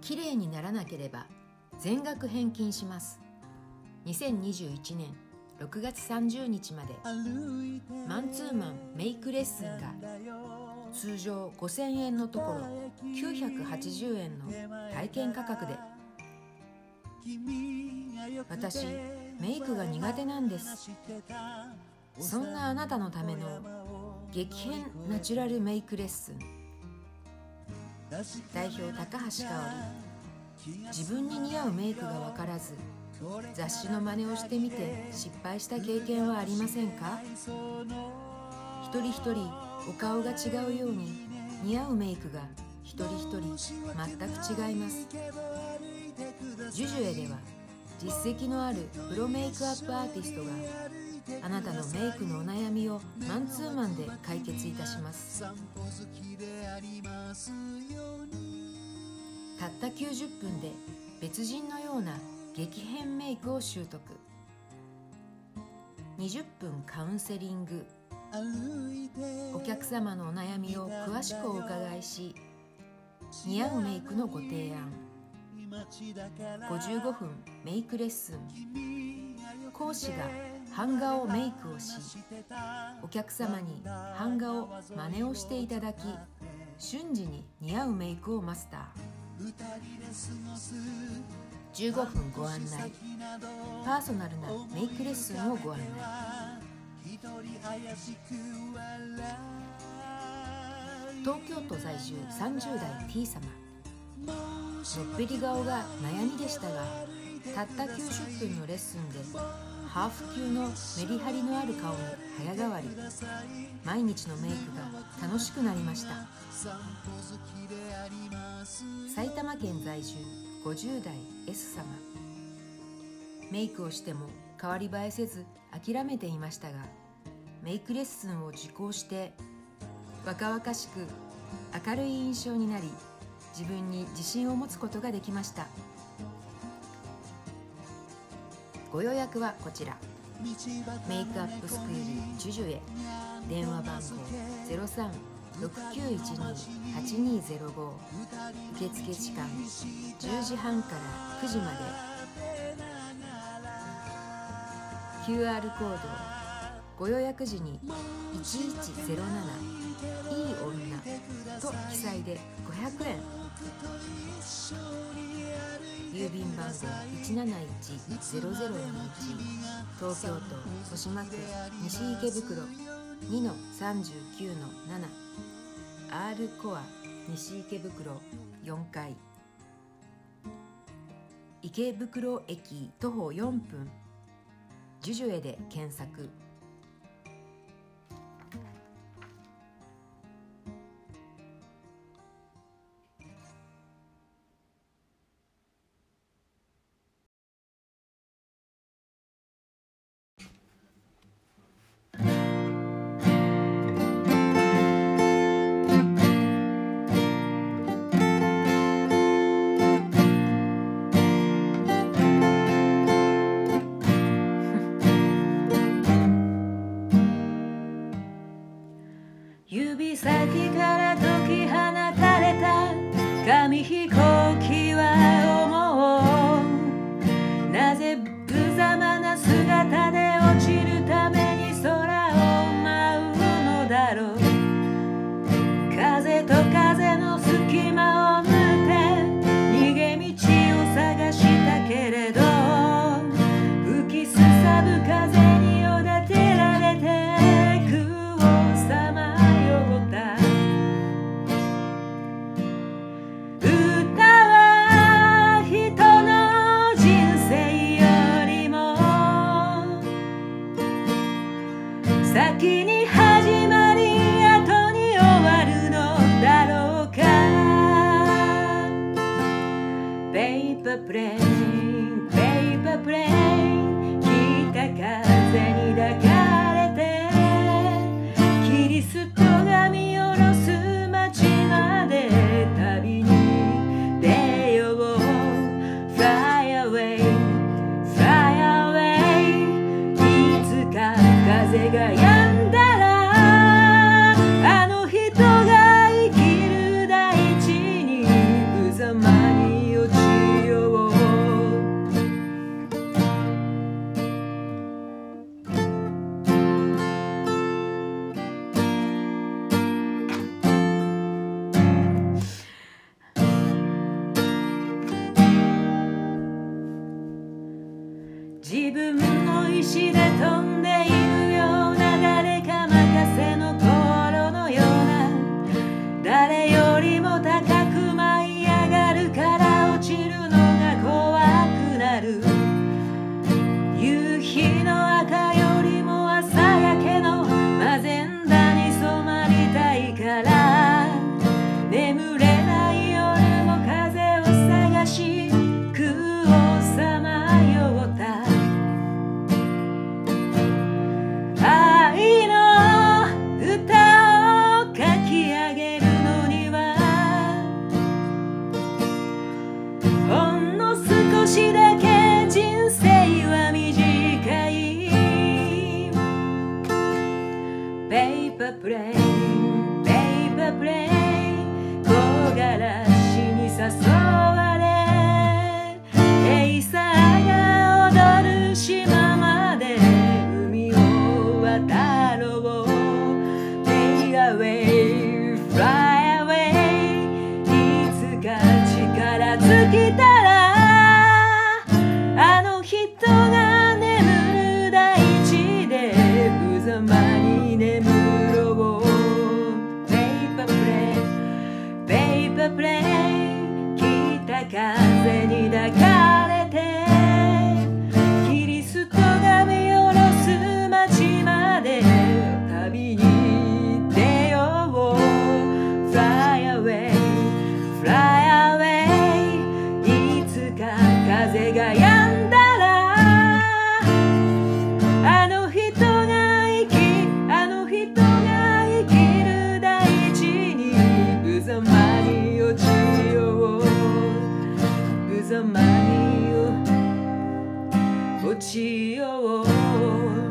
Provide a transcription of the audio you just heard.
きれいにならなければ全額返金します。2021年6月30日までマンツーマンメイクレッスンが通常5000円のところ980円の体験価格で。私メイクが苦手なんです。そんなあなたのための激変ナチュラルメイクレッスン。代表高橋香織。自分に似合うメイクが分からず雑誌の真似をしてみて失敗した経験はありませんか？一人一人お顔が違うように似合うメイクが一人一人全く違います。ジュジュエでは実績のあるプロメイクアップアーティストがあなたのメイクのお悩みをマンツーマンで解決いたします。たった90分で別人のような激変メイクを習得。20分カウンセリング。お客様のお悩みを詳しくお伺いし、似合うメイクのご提案。55分メイクレッスン。講師が版画をメイクをし、お客様に版画を真似をしていただき、瞬時に似合うメイクをマスター。15分ご案内。パーソナルなメイクレッスンをご案内。東京都在住30代 T 様。のっぺり顔が悩みでしたが、たった90分のレッスンでハーフ級のメリハリのある顔に早変わり。毎日のメイクが楽しくなりました。埼玉県在住50代 S 様。メイクをしても変わり映えせず諦めていましたが、メイクレッスンを受講して若々しく明るい印象になり、自分に自信を持つことができました。ご予約はこちら。メイクアップスクールジュジュエ。電話番号 03-6912-8205。受付時間10時半から9時まで。QR コード。ご予約時に1107いい女と記載で500円。郵便番号 171-0021。東京都豊島区西池袋 2-39-7。 R コア西池袋4階。池袋駅徒歩4分。ジュジュエで検索。 指先から解き放たれた紙飛行機は思う。なぜ無様な姿で落ちるために空を舞うのだろう。風と風の隙間を縫って逃げ道を探したけれど、吹きすさぶ風によだてられて先に始まり後に終わるのだろうか。ペーパープレイン、ペーパープレイン、北風に抱かれてキリストが見下ろす街まで旅に出よう。 Fly away, fly away。 いつか風が止んだらあの人が生きる大地に無様に落自分の意志で飛んでいるような誰か任せの心のような誰よりも高く舞い上がるから落ちるのが怖くなる夕日の赤よりも朝焼けのマゼンダに染まりたいから眠れない夜も風を探し空をさまよった愛の歌を書き上げるのにはほんの少しだけ人生は短いペーパープレイペーパープレイ木枯らしに誘われエイサーが踊る島まで海を渡ろう Fly away, fly away いつか力尽きたらあの人が眠る大地で無様に眠ろうペーパープレイペーパープレイ北風に抱かれてキリストが見下ろす街まで旅に出よう Fly away, fly away いつか風が止んだらあの人が生きる大地に無様に落ちよう無様に落ちよう